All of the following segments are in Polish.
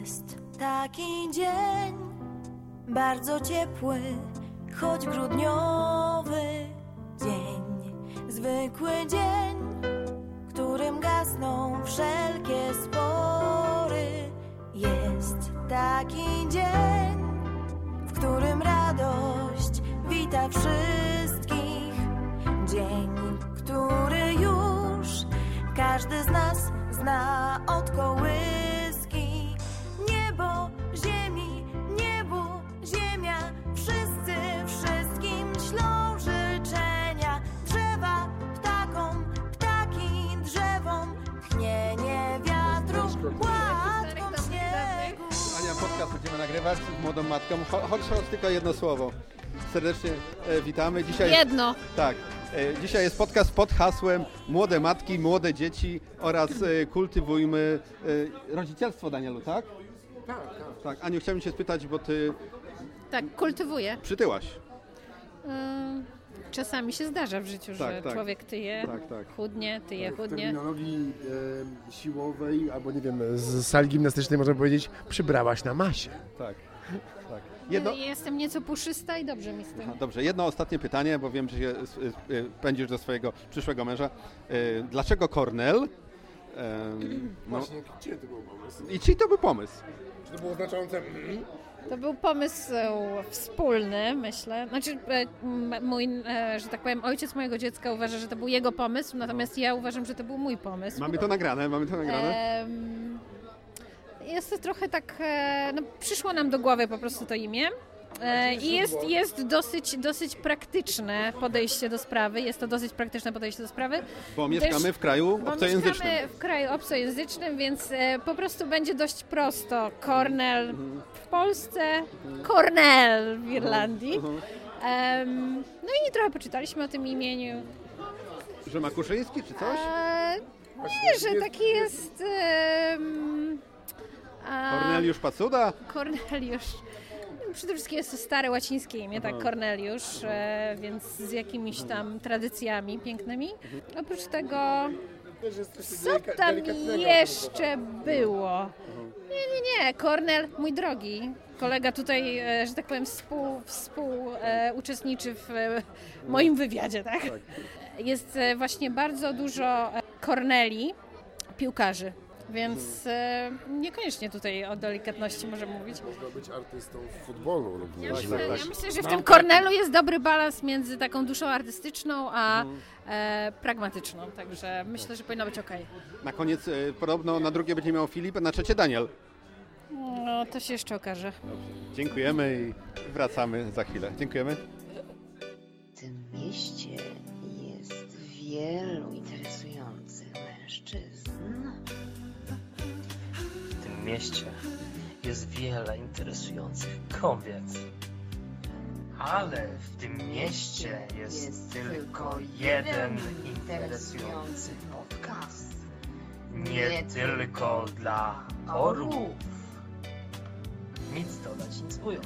Jest taki dzień, bardzo ciepły, choć grudniowy dzień. Zwykły dzień, w którym gasną wszelkie spory. Jest taki dzień, w którym radość wita wszystkich. Dzień, który już każdy z nas zna od kołyski. Niebo, ziemi, niebo, ziemia, wszyscy wszystkim ślą życzenia. Drzewa, ptakom, ptaki drzewom, tchnienie wiatru, płatkom śniegu. Ania, podcast będziemy nagrywać z młodą matką. Chodź tylko jedno słowo. Serdecznie witamy. Jedno. Tak. Dzisiaj jest podcast pod hasłem Młode matki, młode dzieci oraz kultywujmy rodzicielstwo, Danielu, tak? Tak. Aniu, chciałem cię spytać, bo ty... Tak, kultywuję. Przytyłaś. Czasami się zdarza w życiu, że człowiek tyje, chudnie. W terminologii siłowej, albo nie wiem, z sali gimnastycznej można powiedzieć, przybrałaś na masie. Tak. Jestem nieco puszysta i dobrze mi z tym. Dobrze, jedno ostatnie pytanie, bo wiem, że się pędzisz do swojego przyszłego męża. Dlaczego Cornell? Właśnie, czyj to był pomysł? I czyj to był pomysł? Czy to było znaczące? To był pomysł wspólny, myślę. Znaczy, mój, że tak powiem, ojciec mojego dziecka uważa, że to był jego pomysł, natomiast ja uważam, że to był mój pomysł. Mamy to nagrane. Jest to trochę tak, przyszło nam do głowy po prostu to imię. I jest dosyć praktyczne podejście do sprawy. Bo mieszkamy w kraju obcojęzycznym. Mieszkamy w kraju obcojęzycznym, więc po prostu będzie dość prosto. Cornell w Polsce, Cornell w Irlandii. No i trochę poczytaliśmy o tym imieniu. Że Makuszyński czy coś? Nie, że taki jest... Korneliusz Pacuda? Korneliusz. Przede wszystkim jest to stare łacińskie imię, tak, Korneliusz, więc z jakimiś tam tradycjami pięknymi. Oprócz tego, co tam jeszcze było? Nie, Kornel, mój drogi kolega tutaj, że tak powiem, uczestniczy w moim wywiadzie, tak? Jest właśnie bardzo dużo Korneli, piłkarzy. Więc niekoniecznie tutaj o delikatności możemy mówić. Można być artystą w futbolu również. Ja myślę, że w tym Cornelu jest dobry balans między taką duszą artystyczną a pragmatyczną. Także myślę, że powinno być okej. Na koniec podobno na drugie będzie miał Filip, na trzecie Daniel. No, to się jeszcze okaże. Dobrze. Dziękujemy i wracamy za chwilę. Dziękujemy. W tym mieście jest wielu interesujących mężczyzn. W tym mieście jest wiele interesujących kobiet. Ale w tym mieście jest tylko jeden interesujący podcast. Nie tylko dla orłów. Nic dodać, nic ująć.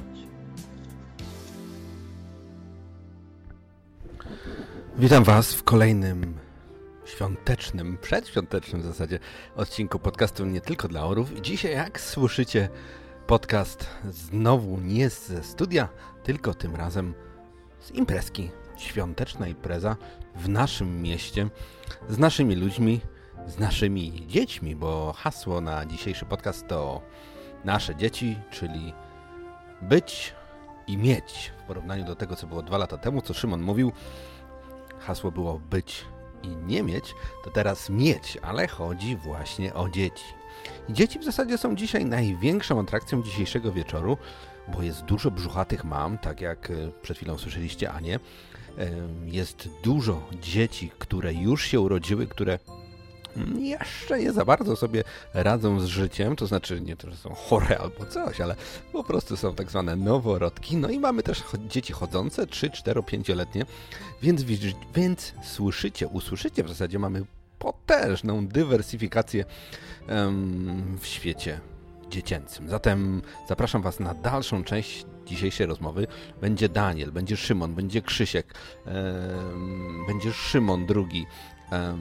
Witam Was w kolejnym świątecznym, przedświątecznym w zasadzie odcinku podcastu Nie tylko dla orłów. I dzisiaj, jak słyszycie, podcast znowu nie ze studia, tylko tym razem z imprezki. Świąteczna impreza w naszym mieście, z naszymi ludźmi, z naszymi dziećmi, bo hasło na dzisiejszy podcast to nasze dzieci, czyli być i mieć. W porównaniu do tego, co było 2 lata temu, co Szymon mówił, hasło było być i nie mieć, to teraz mieć, ale chodzi właśnie o dzieci. I dzieci w zasadzie są dzisiaj największą atrakcją dzisiejszego wieczoru, bo jest dużo brzuchatych mam, tak jak przed chwilą słyszeliście Anię. Jest dużo dzieci, które już się urodziły, które jeszcze nie za bardzo sobie radzą z życiem, to znaczy nie to, że są chore albo coś, ale po prostu są tak zwane noworodki. No i mamy też dzieci chodzące, 3, 4, 5-letnie, więc usłyszycie w zasadzie mamy potężną dywersyfikację w świecie dziecięcym. Zatem zapraszam Was na dalszą część dzisiejszej rozmowy. Będzie Daniel, będzie Szymon, będzie Krzysiek, będzie Szymon drugi.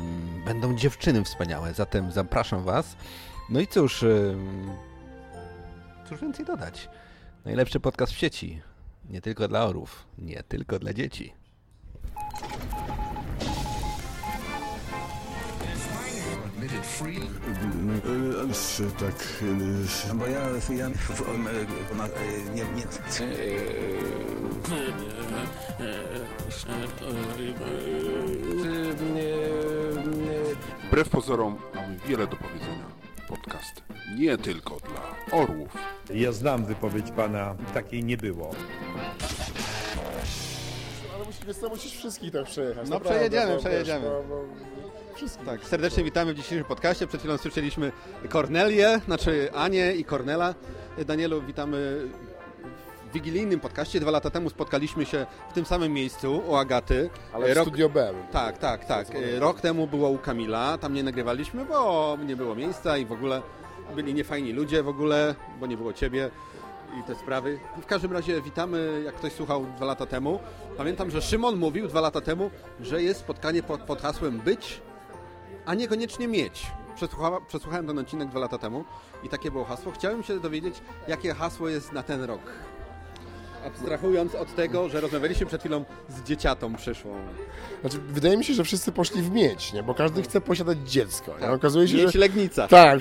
Będą dziewczyny wspaniałe, zatem zapraszam Was. No i cóż, cóż więcej dodać? Najlepszy podcast w sieci. Nie tylko dla orłów, nie tylko dla dzieci. Tak, bo ja nie. Wbrew pozorom mamy wiele do powiedzenia. Podcast nie tylko dla orłów. Ja znam wypowiedź pana, takiej nie było. Ale musisz wszystkich tak przejechać. No przejedziemy. Wszystkich. Tak, serdecznie witamy w dzisiejszym podcaście. Przed chwilą słyszeliśmy Kornelię, znaczy Anię i Kornela. Danielu, witamy w wigilijnym podcaście. 2 lata temu spotkaliśmy się w tym samym miejscu u Agaty. Ale w Studio B. Tak. Rok temu było u Kamila, tam nie nagrywaliśmy, bo nie było miejsca i w ogóle byli niefajni ludzie w ogóle, bo nie było ciebie i te sprawy. W każdym razie witamy, jak ktoś słuchał 2 lata temu. Pamiętam, że Szymon mówił 2 lata temu, że jest spotkanie pod hasłem być, a niekoniecznie mieć. Przesłuchałem ten odcinek 2 lata temu i takie było hasło. Chciałem się dowiedzieć, jakie hasło jest na ten rok. Abstrahując od tego, że rozmawialiśmy przed chwilą z dzieciatą przyszłą. Znaczy, wydaje mi się, że wszyscy poszli w mieć, nie? Bo każdy chce posiadać dziecko. Tak. Okazuje się, mieć że... Legnica. Tak.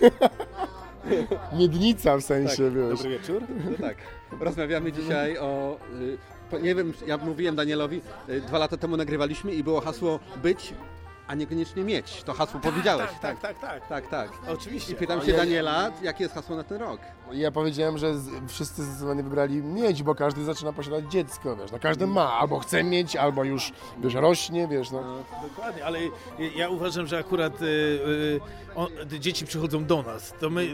Miednica w sensie, tak. wiesz. Dobry wieczór. No tak. Rozmawiamy dzisiaj o... Nie wiem, ja mówiłem Danielowi, 2 lata temu nagrywaliśmy i było hasło być, a niekoniecznie mieć. To hasło powiedziałeś. Tak. Oczywiście. I pytam się Daniela, jakie jest hasło na ten rok? Ja powiedziałem, że wszyscy zdecydowanie wybrali mieć, bo każdy zaczyna posiadać dziecko, wiesz. No każdy ma, albo chce mieć, albo już, wiesz, rośnie, wiesz, no. Dokładnie, ale ja uważam, że akurat dzieci przychodzą do nas, to my...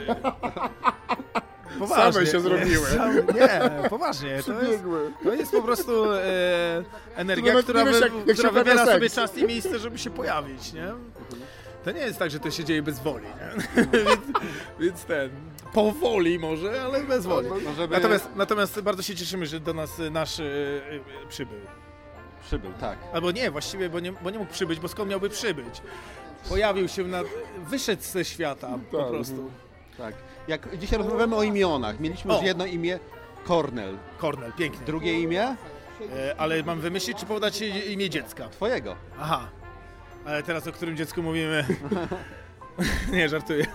Poważnie. Same się zrobiły. Nie, poważnie. To jest po prostu energia, To która, jak wybiera seks. sobie czas i miejsce, żeby się pojawić, nie? To nie jest tak, że to się dzieje bez woli, nie? więc powoli może, ale bez woli. Natomiast bardzo się cieszymy, że do nas nasz przybył. Przybył, tak. Albo nie, właściwie, bo nie mógł przybyć, bo skąd miałby przybyć? Pojawił się, wyszedł ze świata po prostu. Tak. Jak dzisiaj rozmawiamy o imionach, mieliśmy już jedno imię, Kornel. Kornel, pięknie. Drugie imię? Ale mam wymyślić, czy podać imię dziecka? Twojego. Aha. Ale teraz o którym dziecku mówimy? Nie, żartuję.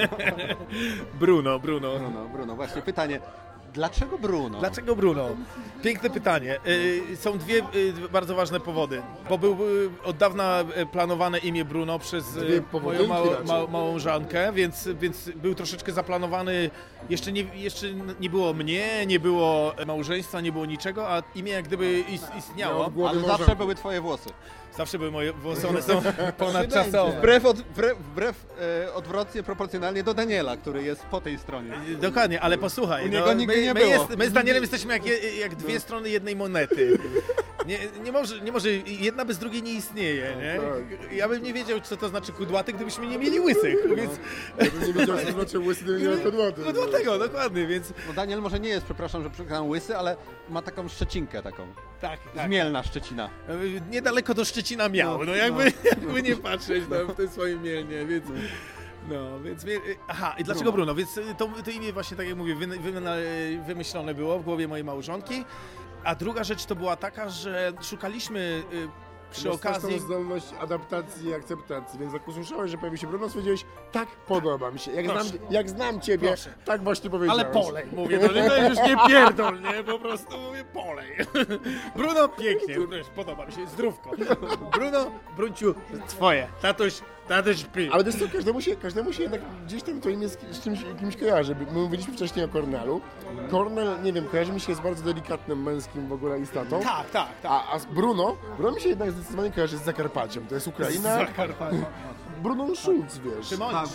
Bruno. Bruno. Właśnie pytanie. Dlaczego Bruno? Dlaczego Bruno? Piękne pytanie. Są dwie bardzo ważne powody. Bo był od dawna planowane imię Bruno przez moją małżonkę, więc był troszeczkę zaplanowany. Jeszcze nie było mnie, nie było małżeństwa, nie było niczego, a imię jak gdyby istniało. Ale zawsze były twoje włosy. Zawsze były moje włosy, one są ponadczasowe. Wbrew odwrotnie, proporcjonalnie do Daniela, który jest po tej stronie. Dokładnie, ale posłuchaj, U niego nigdy nie było. My z Danielem jesteśmy jak dwie strony jednej monety. Nie może, jedna bez drugiej nie istnieje, nie? Ja bym nie wiedział, co to znaczy kudłaty, gdybyśmy nie mieli łysych, więc... Ja bym nie wiedział, co to znaczy łysy, gdyby nie miał kudłaty. No dlatego, dokładnie, więc... No Daniel może nie jest, przepraszam, że przekonam łysy, ale ma taką Szczecinkę taką. Tak. Zmielna Szczecina. Niedaleko do Szczecina miał, jakby nie patrzeć tam w tej swojej Mielnie, więc... No, więc... Aha, i dlaczego Bruno? Więc to imię właśnie, tak jak mówię, wymyślone było w głowie mojej małżonki. A druga rzecz to była taka, że szukaliśmy przy okazji... zdolność adaptacji i akceptacji, więc jak usłyszałeś, że pojawi się Bruno, stwierdziłeś, tak, podoba mi się. Jak znam ciebie, tak właśnie powiedziałeś. Ale polej, mówię, to już nie pierdol, nie? Po prostu mówię polej. Bruno, pięknie, podoba mi się, zdrówko. Bruno, Brunciu, twoje, tatuś śpi. Ale wiesz co, każdemu się jednak gdzieś tam to imię z kimś kojarzy. My mówiliśmy wcześniej o Kornelu. Kornel, nie wiem, kojarzy mi się z bardzo delikatnym, męskim w ogóle istotą. Tak. A z Bruno mi się jednak zdecydowanie kojarzy z Zakarpaciem. To jest Ukraina. Bruno Schulz, wiesz.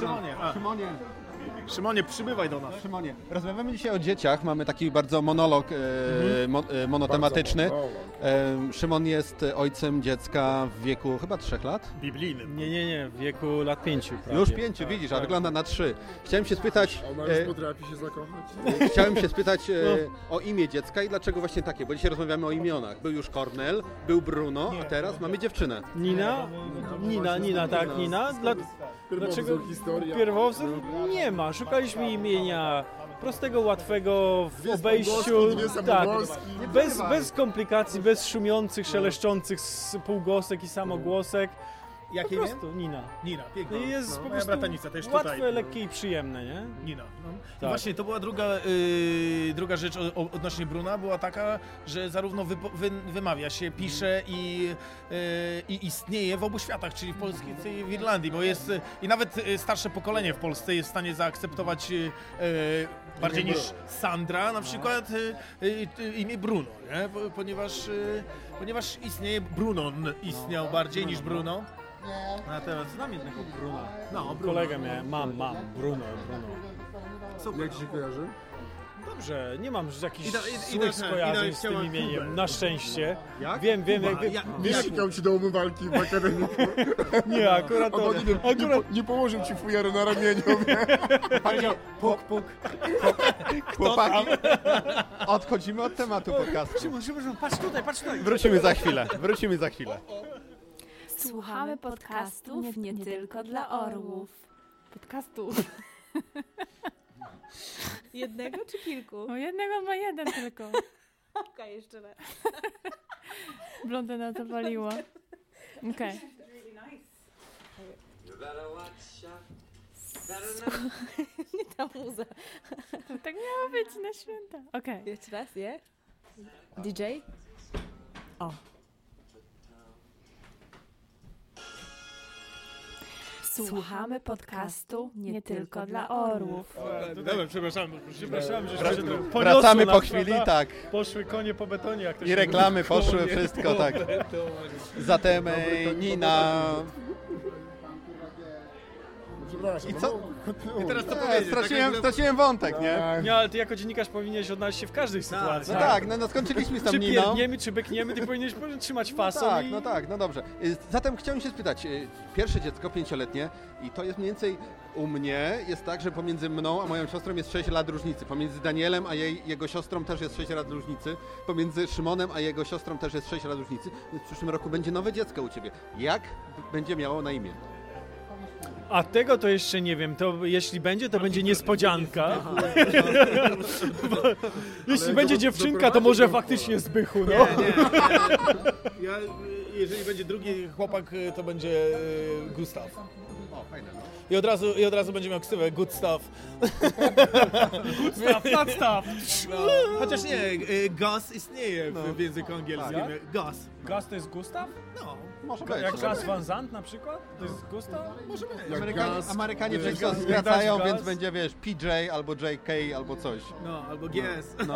Szymonie, przybywaj do nas. Szymonie, rozmawiamy dzisiaj o dzieciach, mamy taki bardzo monolog monotematyczny. Szymon jest ojcem dziecka w wieku chyba 3 lat? Biblijnym. Nie, w wieku lat 5 prawie. Już 5, widzisz, a wygląda na 3. Chciałem się spytać... Ona już potrafi się zakochać. Chciałem się spytać o imię dziecka i dlaczego właśnie takie, bo dzisiaj rozmawiamy o imionach. Był już Kornel, był Bruno, a teraz mamy dziewczynę. Nina. Dlaczego? Historia. Pierwowzór? Nie ma. Szukaliśmy imienia prostego, łatwego w obejściu. Bez komplikacji, bez szumiących, szeleszczących półgłosek i samogłosek. Jakie po prostu Nina. Nina, piękna. I jest po moja prostu bratanica też łatwe, tutaj. lekkie i przyjemne, nie? Nina. No. Tak. I właśnie to była druga rzecz odnośnie Bruna, była taka, że zarówno wymawia się, pisze i istnieje w obu światach, czyli w Polsce i w Irlandii, bo jest i nawet starsze pokolenie w Polsce jest w stanie zaakceptować bardziej niż Sandra na przykład imię Bruno, nie? Ponieważ istnieje, Brunon istniał bardziej niż Bruno. A teraz znam jednego Bruna. No, Bruno. Kolegę miałem, mam, Bruno. Super. Jak ci się kojarzy? Dobrze, nie mam jakichś Idę złych skojarzeń z tym imieniem, na szczęście. Jak? Wiem. Nie sikał ci do umywalki w akademiku. Nie, akurat to... Nie położył ci fujaru na ramieniu. Puk. Chłopaki, odchodzimy od tematu podcastu. Przepraszam, patrz tutaj. Wrócimy za chwilę. Słuchamy podcastów nie tylko dla orłów. Podcastu. Jednego czy kilku? No jednego ma jeden tylko. Okej, jeszcze raz. Blondyna zapaliła. Okej. Nie ta muza. To tak miało być na święta. Okej. Jeszcze raz, je? DJ? O. Słuchamy podcastu nie tylko dla orłów. Dobra, przepraszam, że Wracamy po chwili, tak. Poszły konie po betonie, jak to się I reklamy poszły, wszystko tak. Zatem Nina... Przepraszam. I co? I teraz co powiedzieć? Straciłem wątek, nie? Nie, ale ty jako dziennikarz powinieneś odnaleźć się w każdej sytuacji. No tak, no skończyliśmy z tą Czy Niną. pierdniemy, czy bykniemy, ty powinieneś trzymać fason. No dobrze. Zatem chciałem się spytać, pierwsze dziecko, 5-letnie, i to jest mniej więcej u mnie, jest tak, że pomiędzy mną a moją siostrą jest 6 lat różnicy. Pomiędzy Danielem a jego siostrą też jest 6 lat różnicy. Pomiędzy Szymonem a jego siostrą też jest 6 lat różnicy. Więc w przyszłym roku będzie nowe dziecko u ciebie. Jak będzie miało na imię? A tego to jeszcze nie wiem, to jeśli będzie, to będzie niespodzianka. Jeśli będzie dziewczynka, to może faktycznie Zbychu, no. Nie. Jeżeli będzie drugi chłopak, to będzie Gustaw. I od razu będzie miał ksywę Good Stuff. Good stuff. Chociaż nie, Gus istnieje w języku angielskim. Gus. Gus to jest Gustaw? No. Może być. Jak Gus Van Sant na przykład? To jest Gustaw? Może być. Amerykanie wszystko skracają, więc będzie, wiesz, PJ albo JK albo coś. No, albo GS. No.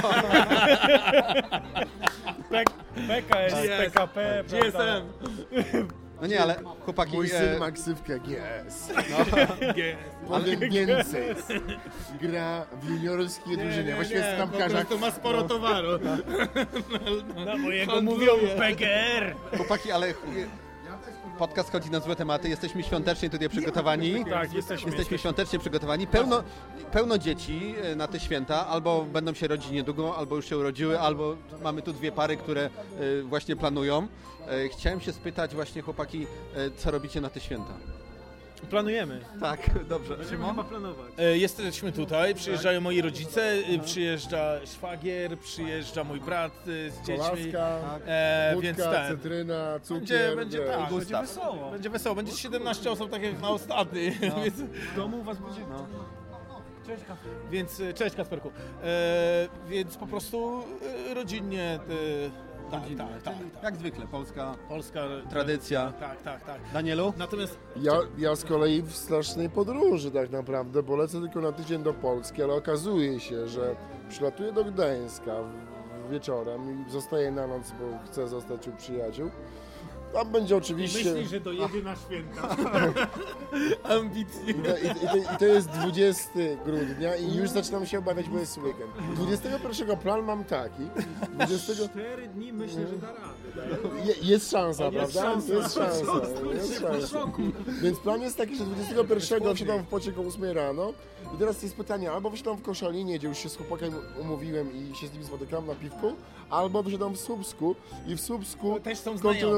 PKS, PKP, GSM. No nie, ale chłopaki... Mój syn ma ksywkę GS. GS. Powiem więcej. Gra w juniorskiej drużynie. Właściwie jest tam każda. To ma sporo towaru. No bo jego mówią PGR. Chłopaki, ale... Podcast chodzi na złe tematy, jesteśmy świątecznie tutaj przygotowani. Tak, jesteśmy świątecznie przygotowani. Pełno dzieci na te święta, albo będą się rodzić niedługo, albo już się urodziły, albo mamy tu 2 pary, które właśnie planują. Chciałem się spytać właśnie, chłopaki, co robicie na te święta? Planujemy. Tak, dobrze. Będziemy chyba planować. Jesteśmy tutaj, przyjeżdżają moi rodzice, przyjeżdża szwagier, przyjeżdża mój brat z dziećmi. Kolaska, Więc wódka, cytryna, cukier. Będzie wesoło. Będzie wesoło. Będzie 17 osób, tak jak na ostatni. No. Więc w domu was będzie... No. Cześć Kasper. Więc, cześć Kasperku. Więc po prostu rodzinnie... Tak. Jak zwykle, polska tradycja. Tak. Tak. Danielu? Natomiast Ja z kolei w strasznej podróży tak naprawdę, bo lecę tylko na tydzień do Polski, ale okazuje się, że przylatuję do Gdańska wieczorem i zostaję na noc, bo chcę zostać u przyjaciół. Tam będzie oczywiście... Myśli, że dojedzie na święta. Ambitnie. I to jest 20 grudnia i już zaczynam się obawiać, bo jest weekend. 21 plan mam taki. 4 dni myślę, że da radę. Jest szansa, prawda? Jest szansa. Więc plan jest taki, że 21 wsiadam w pociąg o 8 rano i teraz jest pytanie, albo wysiadam w Koszalinie, gdzie już się z chłopakiem umówiłem i się z nim spotykam na piwku, albo wysiadam w Słupsku i w Słupsku też są kontynuuję.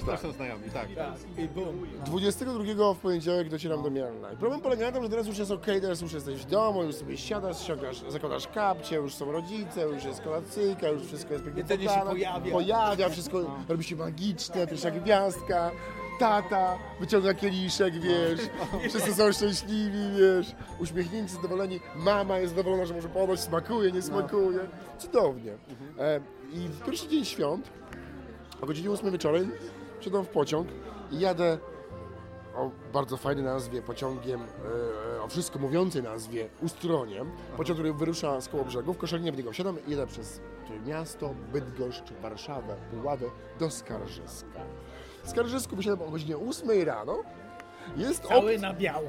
też są znajomi, tak. I bum. 22 w poniedziałek docieram do Mielna. I problem polega na tym, że teraz już jest okej, teraz już jesteś w domu, już sobie siadasz, zakładasz kapcie, już są rodzice, już jest kolacyjka, już wszystko jest pięknie Jedzenie się pojawia, wszystko robi się magiczne, pierwsza gwiazdka, tata wyciąga kieliszek, wiesz, wszyscy są szczęśliwi, wiesz, uśmiechnięci, zadowoleni, mama jest zadowolona, że może podać, smakuje, nie smakuje, cudownie. I w pierwszy dzień świąt, o godzinie 8 wieczorem, wsiadam w pociąg i jadę o bardzo fajnej nazwie pociągiem, o wszystko mówiącej nazwie Ustroniem. Pociąg, który wyrusza z Kołobrzegu, w Koszalinie w niego wsiadam i jedę przez miasto, Bydgoszcz, Warszawę, Puławę do Skarżyska. W Skarżysku wysiadam o godzinie 8 rano. Jest cały na biało.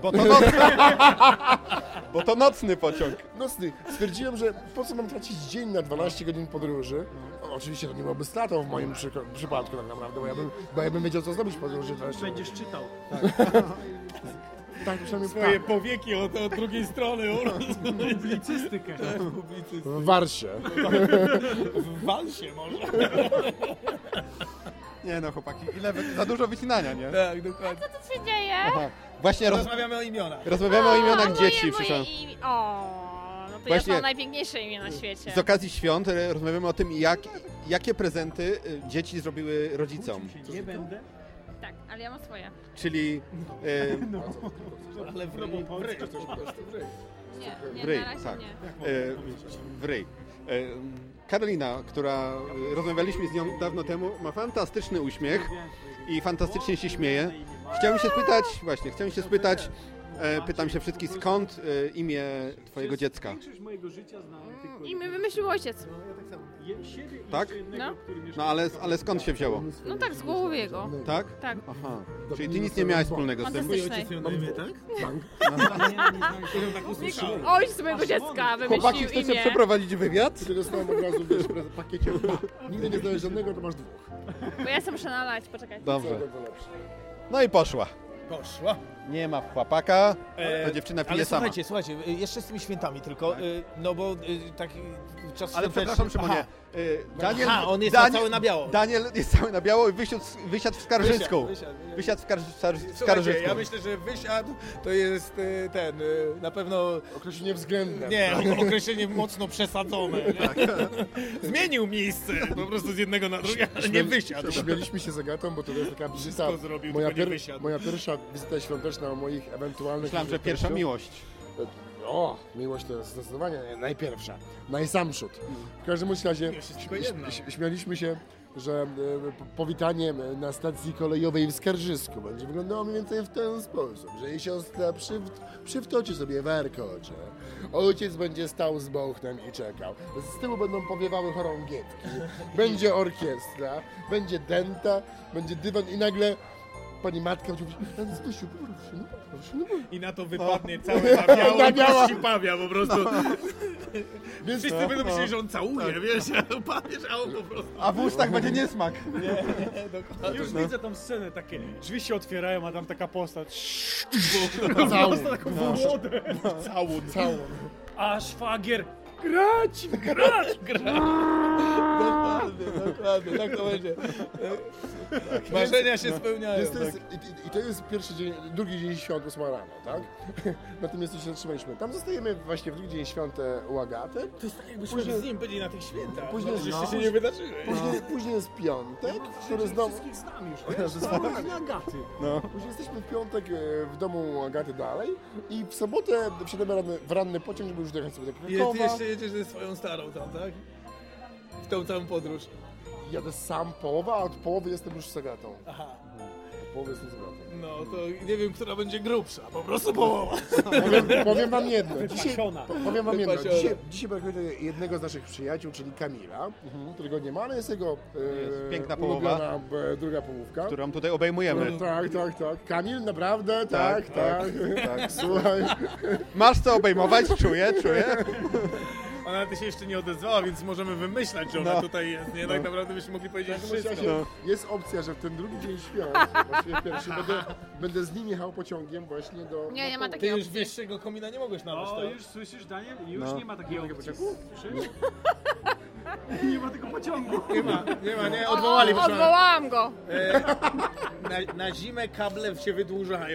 Bo to nocny pociąg. Nocny. Stwierdziłem, że po co mam tracić dzień na 12 godzin podróży. Oczywiście to nie byłoby stratą w moim przypadku tak naprawdę, bo ja bym wiedział, co zrobić w podróży. Będziesz czytał. Tak, przynajmniej swoje powieki od drugiej strony. Publicystykę. W Warsie. W Walsie może. Nie no, chłopaki, za dużo wycinania, nie? Tak, dokładnie. Co tu się dzieje? Aha. Właśnie rozmawiamy o imionach. Rozmawiamy o imionach dzieci, przyszłam. No to ja mam najpiękniejsze imię na świecie. Z okazji świąt rozmawiamy o tym, jakie prezenty dzieci zrobiły rodzicom. Nie będę. Tak, ale ja mam swoje. Czyli... Ale w ryj. Nie, w ryj, na razie tak. nie. W ryj. Karolina, która rozmawialiśmy z nią dawno temu, ma fantastyczny uśmiech i fantastycznie się śmieje. Chciałem się spytać, pytam się wszystkich, skąd imię twojego dziecka? Imię wymyślił ojciec. Tak? No. No ale skąd się wzięło? No tak, z głowy jego. Tak? Tak. Aha. Czyli ty nic nie miałeś wspólnego z tym? Fantastycznej. Tak? Ojciec mojego dziecka wymyślił Chłopaki, chcecie imię. przeprowadzić wywiad? Ty dostałem od razu, wiesz, w pakiecie. Nigdy nie znałeś żadnego, to masz dwóch. Bo ja jestem muszę nalać, poczekaj. Dobrze. No i poszła. Nie ma chłopaka, to dziewczyna pije ale sama. Słuchajcie, jeszcze z tymi świętami tylko, no bo tak czas ale przepraszam, Szymonie, Daniel, on jest cały na biało. Daniel jest cały na biało i wysiadł w Skarżysku. Wysiadł w Skarżysku. Ja myślę, że wysiadł to jest na pewno... Określenie względne. Nie, określenie mocno przesadzone. Zmienił miejsce po prostu z jednego na drugie, ale nie wysiadł. Śmieliśmy się z Agatą, bo to jest taka wizyta, moja pierwsza wizyta świąteczna o moich ewentualnych... Myślałem, że pierwsza miłość. O, miłość to jest zdecydowanie najpierwsza, najsamprzód. W każdym razie śmialiśmy się, że powitanie na stacji kolejowej w Skarżysku będzie wyglądało mniej więcej w ten sposób, że jej siostra przywtoczy sobie warkocze, ojciec będzie stał z bochnem i czekał, z tyłu będą powiewały chorągiewki, będzie orkiestra, będzie denta, będzie dywan i nagle pani matka będzie mówić, Zbysiu, poproszę. I na to wypadnie cały na biało i pawia po prostu. Więc wszyscy będą myśleli, że on całuje, wiesz, upadniesz, a on po prostu... A w ustach będzie niesmak. Nie, dokładnie. Już widzę tą scenę, takie drzwi się otwierają, a tam taka postać. Całun. Taką wodę. Całun. A szwagier, grać! Dokładnie, tak to będzie. Marzenia się spełniają. To jest pierwszy dzień, drugi dzień świąt 8 rano, tak? Na tym miejscu się zatrzymaliśmy. Tam zostajemy właśnie w drugi dzień świąt u Agaty. To jest tak, jakbyśmy z nim byli na tych świętach. Później jeszcze się nie wydarzyły. Później jest piątek, który znowu... Wszystkich znam już. Agaty. Później jesteśmy w piątek w domu Agaty dalej i w sobotę wsiadamy w ranny pociąg, żeby już dojechać sobie do Krakowa. I ty jeszcze jedziesz ze swoją starą tam, tak? W tą całą podróż. Jadę sam połowa, a od połowy jestem już z Agatą. Aha. Od połowy jestem z Agatą. No to nie wiem, która będzie grubsza, po prostu połowa. Powiem wam jedno. Dzisiaj brakuje jednego z naszych przyjaciół, czyli Kamila, którego nie ma, ale jest jego piękna połowa, druga połówka. Którą tutaj obejmujemy. Tak. Kamil, naprawdę, tak. Słuchaj. Masz co obejmować, czuję. Ona się jeszcze nie odezwała, więc możemy wymyślać, że ona tutaj jest, nie? Tak naprawdę byśmy mogli powiedzieć wszystko. Jest opcja, że w ten drugi dzień świąt, właściwie pierwszy, będę z nim jechał pociągiem właśnie do... Nie ma Ty takiej już opcji. wyższego komina nie mogłeś nawet. O, już słyszysz, Daniel? Już nie ma takiego pociągu. Słyszysz? Nie ma tego pociągu. Nie, odwołali. Odwołałam go. Na zimę kable się wydłużają.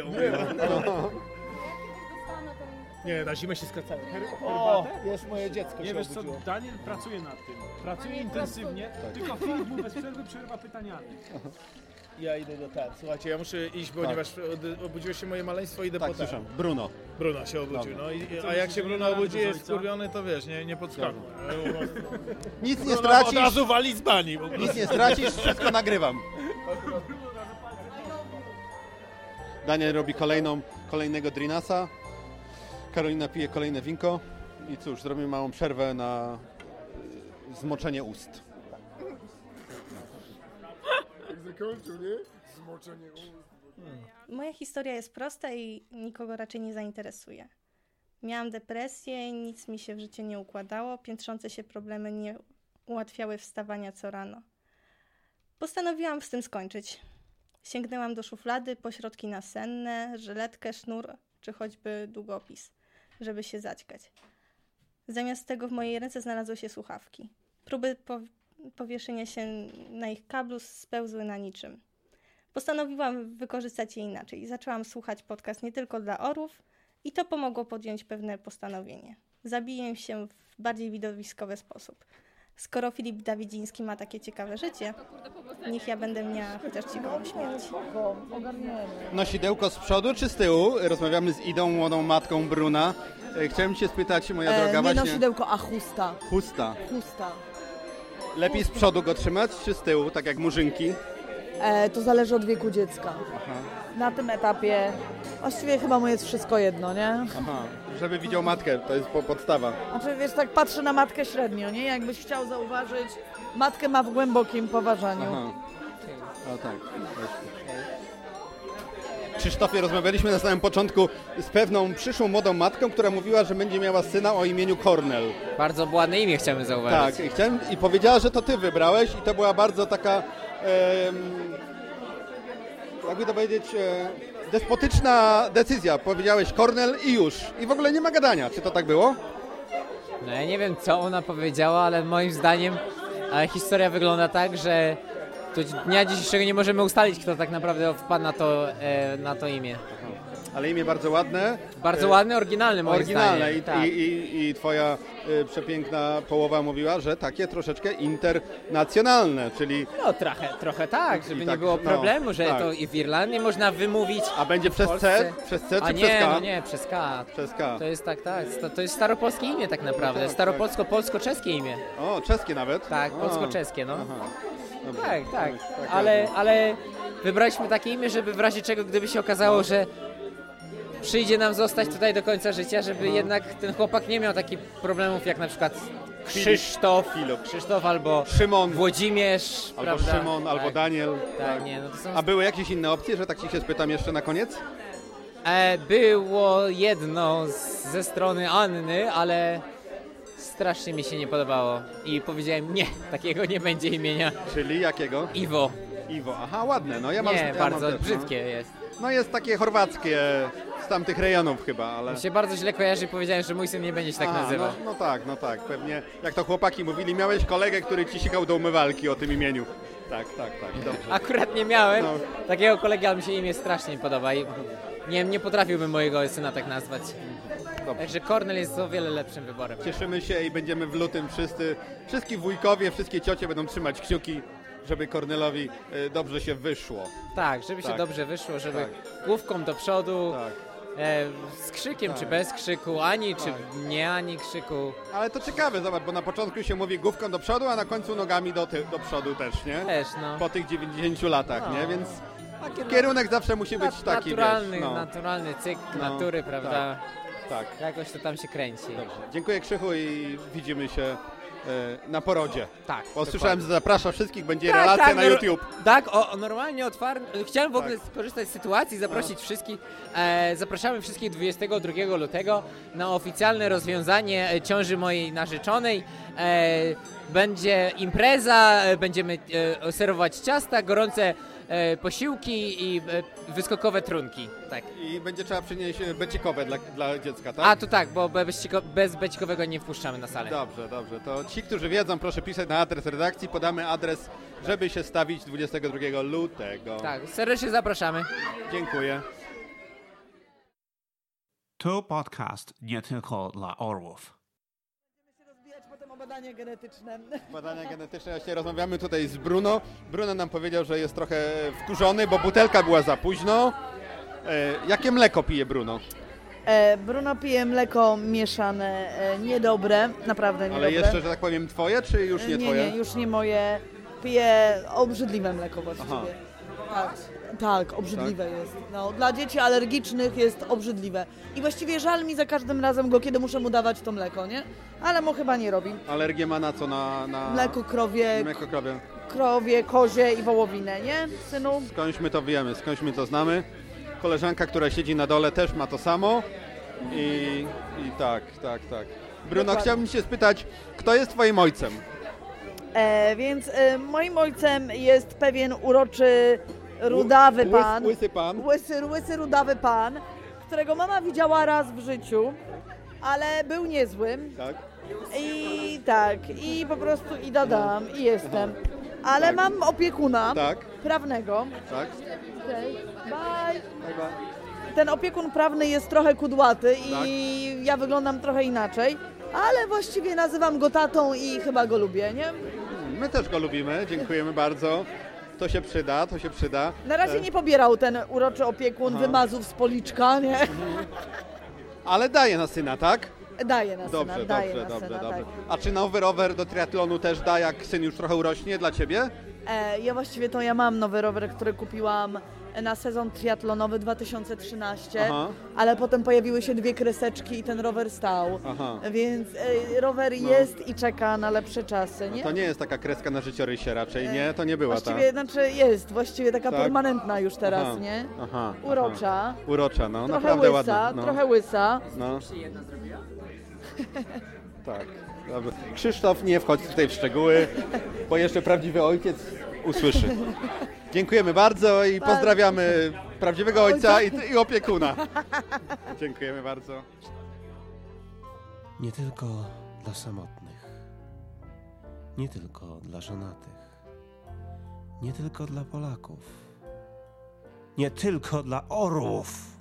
Nie, na zimę się skracają. O, jest moje dziecko Nie się wiesz co, obudziło. Daniel pracuje nad tym. Pracuje intensywnie, tylko Filip mu bez przerwy przerywa pytaniami. Ja idę do tak. Słuchajcie, ja muszę iść, ponieważ obudziło się moje maleństwo, idę po słyszę. Bruno. Bruno się obudził. No a jak się Bruno obudzi, jest skurwiony, to wiesz, nie podskakuj. Nic nie stracisz. Od razu wali z bani. Nic nie stracisz, wszystko nagrywam. Daniel robi kolejnego drinasa. Karolina pije kolejne winko. I cóż, zrobimy małą przerwę na zmoczenie ust. Jak zakończył, nie? Zmoczenie ust. Moja historia jest prosta i nikogo raczej nie zainteresuje. Miałam depresję, nic mi się w życiu nie układało, piętrzące się problemy nie ułatwiały wstawania co rano. Postanowiłam z tym skończyć. Sięgnęłam do szuflady po środki nasenne, żyletkę, sznur czy choćby długopis, żeby się zaćkać. Zamiast tego w mojej ręce znalazły się słuchawki. Próby powieszenia się na ich kablu spełzły na niczym. Postanowiłam wykorzystać je inaczej. Zaczęłam słuchać podcast nie tylko dla orłów i to pomogło podjąć pewne postanowienie. Zabiję się w bardziej widowiskowy sposób. Skoro Filip Dawidziński ma takie ciekawe życie, niech ja będę miała chociaż ciekawą śmierć. Nosidełko z przodu czy z tyłu? Rozmawiamy z Idą, młodą matką Bruna. Chciałem cię spytać, moja droga, nie właśnie... nosidełko, a chusta. Chusta. Chusta. Lepiej z przodu go trzymać, czy z tyłu, tak jak murzynki? To zależy od wieku dziecka. Aha. Na tym etapie właściwie chyba mu jest wszystko jedno, nie? Aha, żeby widział matkę, to jest podstawa. Znaczy, wiesz, tak patrzę na matkę średnio, nie? Jakbyś chciał zauważyć, matkę ma w głębokim poważaniu. Aha. O tak. Krzysztofie, rozmawialiśmy na samym początku z pewną przyszłą młodą matką, która mówiła, że będzie miała syna o imieniu Kornel. Bardzo ładne imię chciałem zauważyć. Tak, i powiedziała, że to ty wybrałeś i to była bardzo taka, jakby to powiedzieć, despotyczna decyzja. Powiedziałeś Kornel i już. I w ogóle nie ma gadania. Czy to tak było? No ja nie wiem, co ona powiedziała, ale moim zdaniem historia wygląda tak, że do dnia dzisiejszego nie możemy ustalić, kto tak naprawdę wpadł na to imię. Ale imię bardzo ładne. Bardzo ładne, oryginalne moim zdaniem. I twoja przepiękna połowa mówiła, że takie troszeczkę internacjonalne, czyli... No trochę tak, żeby nie było problemu, że to i w Irlandii można wymówić. A będzie przez C? Przez C czy przez K? No nie, przez K. Przez K. To jest tak. To jest staropolskie imię tak naprawdę. Staropolsko-polsko-czeskie imię. O, czeskie nawet? Tak, polsko-czeskie, no. Aha. Tak. Ale wybraliśmy takie imię, żeby w razie czego, gdyby się okazało, że przyjdzie nam zostać tutaj do końca życia, żeby jednak ten chłopak nie miał takich problemów jak na przykład Krzysztof albo Szymon, Włodzimierz, albo prawda? Szymon, albo Daniel. Tak, nie, no to są... A były jakieś inne opcje, że tak ci się spytam jeszcze na koniec? Było jedno ze strony Anny, ale strasznie mi się nie podobało i powiedziałem nie, takiego nie będzie imienia. Czyli jakiego? Iwo. Aha, ładne. No ja mam. Bardzo też, brzydkie jest. No jest takie chorwackie, z tamtych rejonów chyba, ale... Mi się bardzo źle kojarzy i powiedziałem, że mój syn nie będzie się tak nazywał. No tak, pewnie. Jak to chłopaki mówili, miałeś kolegę, który ci sikał do umywalki o tym imieniu. Tak, dobrze. Akurat nie miałem takiego kolegi, ale mi się imię strasznie nie podoba i nie potrafiłbym mojego syna tak nazwać. Dobrze. Także Kornel jest o wiele lepszym wyborem. Cieszymy się i będziemy w lutym wszystkie wujkowie, wszystkie ciocie będą trzymać kciuki, żeby Kornelowi dobrze się wyszło. Tak, żeby się dobrze wyszło, żeby główką do przodu, z krzykiem czy bez krzyku, czy nie ani krzyku. Ale to ciekawe, zobacz, bo na początku się mówi główką do przodu, a na końcu nogami do przodu też, nie? Też, no. Po tych 90 latach, nie? Więc kierunek zawsze musi być taki, naturalny cykl natury, prawda? Tak. Jakoś to tam się kręci. Dobrze. Dziękuję, Krzychu, i widzimy się na porodzie. Tak. Bo słyszałem, że zaprasza wszystkich, będzie relacja na YouTube. Tak, normalnie otwarty. Chciałem w ogóle skorzystać z sytuacji, zaprosić wszystkich. Zapraszamy wszystkich 22 lutego na oficjalne rozwiązanie ciąży mojej narzeczonej. Będzie impreza, będziemy serwować ciasta, gorące posiłki i wyskokowe trunki. Tak. I będzie trzeba przynieść becikowe dla dziecka, tak? A to tak, bo bez becikowego nie wpuszczamy na salę. Dobrze. To ci, którzy wiedzą, proszę pisać na adres redakcji. Podamy adres, żeby się stawić 22 lutego. Tak, serdecznie zapraszamy. Dziękuję. To podcast nie tylko dla orłów. Potem o badania genetyczne. Badania genetyczne, właśnie rozmawiamy tutaj z Bruno. Bruno nam powiedział, że jest trochę wkurzony, bo butelka była za późno. Jakie mleko pije Bruno? Bruno pije mleko mieszane, niedobre, naprawdę niedobre. Ale jeszcze, że tak powiem, twoje, czy już nie twoje? Nie, już nie moje. Piję obrzydliwe mleko właściwie. Tak, obrzydliwe jest. No, dla dzieci alergicznych jest obrzydliwe. I właściwie żal mi za każdym razem go, kiedy muszę mu dawać to mleko, nie? Ale mu chyba nie robi. Alergię ma na co? Na... Mleko krowie. Mleko krowie. Krowie, kozie i wołowinę, nie, synu? Skądś my to wiemy, skądś my to znamy. Koleżanka, która siedzi na dole, też ma to samo. I tak. Bruno, dokładnie. Chciałbym się spytać, kto jest twoim ojcem? Więc moim ojcem jest pewien uroczy, rudawy pan. Łysy pan. Łysy, rudawy pan, którego mama widziała raz w życiu, ale był niezły. Tak. I po prostu i dadam, i jestem. Ale mam opiekuna prawnego. Tak. Okay. Bye. Ten opiekun prawny jest trochę kudłaty i ja wyglądam trochę inaczej, ale właściwie nazywam go tatą i chyba go lubię, nie? My też go lubimy, dziękujemy bardzo. To się przyda. Na razie nie pobierał ten uroczy opiekun wymazów z policzka, nie? Ale daje na syna, tak? Daje na syna, Dobrze. Tak. A czy nowy rower do triatlonu też da, jak syn już trochę urośnie dla ciebie? Ja mam nowy rower, który kupiłam na sezon triatlonowy 2013, ale potem pojawiły się 2 kreseczki i ten rower stał. Więc rower jest i czeka na lepsze czasy, nie? To nie jest taka kreska na życiorysie raczej, nie? To nie była Jest właściwie taka permanentna już teraz, nie? Urocza. Urocza, no, trochę naprawdę łysa, ładna. No. Trochę łysa. No. Tak, dobrze. Krzysztof, nie wchodź tutaj w szczegóły, bo jeszcze prawdziwy ojciec usłyszy. Dziękujemy bardzo i pozdrawiamy prawdziwego ojca i opiekuna. Dziękujemy bardzo. Nie tylko dla samotnych, nie tylko dla żonatych, nie tylko dla Polaków, nie tylko dla orłów.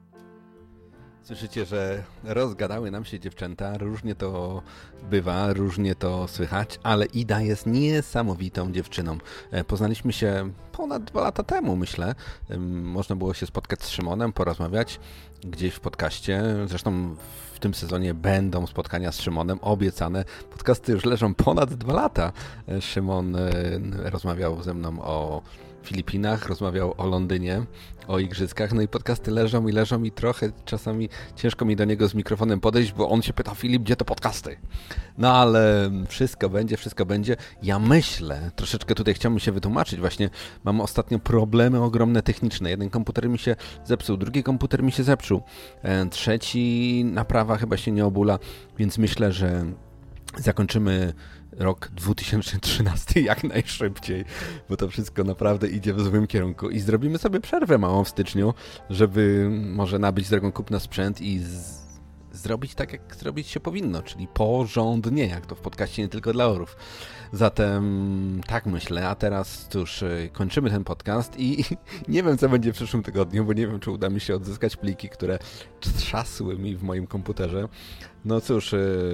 Słyszycie, że rozgadały nam się dziewczęta, różnie to bywa, różnie to słychać, ale Ida jest niesamowitą dziewczyną. Poznaliśmy się ponad 2 lata temu, myślę. Można było się spotkać z Szymonem, porozmawiać gdzieś w podcaście. Zresztą w tym sezonie będą spotkania z Szymonem, obiecane. Podcasty już leżą ponad 2 lata. Szymon rozmawiał ze mną o Filipinach, rozmawiał o Londynie, o igrzyskach, no i podcasty leżą i trochę czasami ciężko mi do niego z mikrofonem podejść, bo on się pyta: Filip, gdzie to podcasty? No ale wszystko będzie. Ja myślę, troszeczkę tutaj chciałbym się wytłumaczyć, właśnie mam ostatnio problemy ogromne techniczne. Jeden komputer mi się zepsuł, drugi komputer mi się zepsuł, trzeci naprawa chyba się nie obula, więc myślę, że zakończymy rok 2013 jak najszybciej, bo to wszystko naprawdę idzie w złym kierunku i zrobimy sobie przerwę małą w styczniu, żeby może nabyć drogą kupna sprzęt i zrobić tak, jak zrobić się powinno, czyli porządnie, jak to w podcaście nie tylko dla orów. Zatem tak myślę, a teraz cóż, kończymy ten podcast i nie wiem, co będzie w przyszłym tygodniu, bo nie wiem, czy uda mi się odzyskać pliki, które trzasły mi w moim komputerze. No cóż,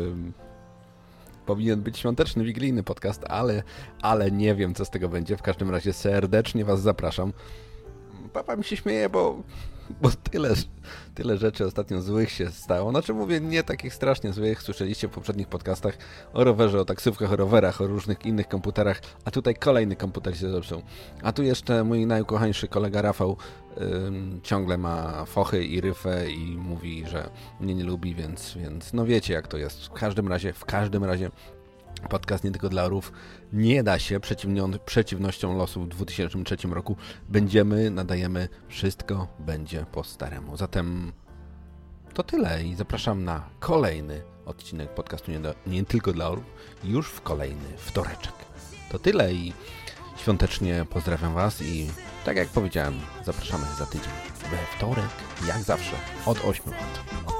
powinien być świąteczny, wigilijny podcast, ale nie wiem, co z tego będzie. W każdym razie serdecznie Was zapraszam. Papa mi się śmieje, bo tyle rzeczy ostatnio złych się stało. Znaczy mówię, nie takich strasznie złych. Słyszeliście w poprzednich podcastach o rowerze, o taksówkach, o rowerach, o różnych innych komputerach, a tutaj kolejny komputer się zepsuł. A tu jeszcze mój najukochańszy kolega Rafał ciągle ma fochy i ryfę i mówi, że mnie nie lubi, więc no wiecie, jak to jest. W każdym razie podcast nie tylko dla orów nie da się przeciwnością losu w 2003 roku. Nadajemy, wszystko będzie po staremu. Zatem to tyle i zapraszam na kolejny odcinek podcastu nie tylko dla orów, już w kolejny wtoreczek. To tyle i Świątecznie pozdrawiam Was i tak jak powiedziałem, zapraszamy za tydzień we wtorek, jak zawsze, od 8 lat.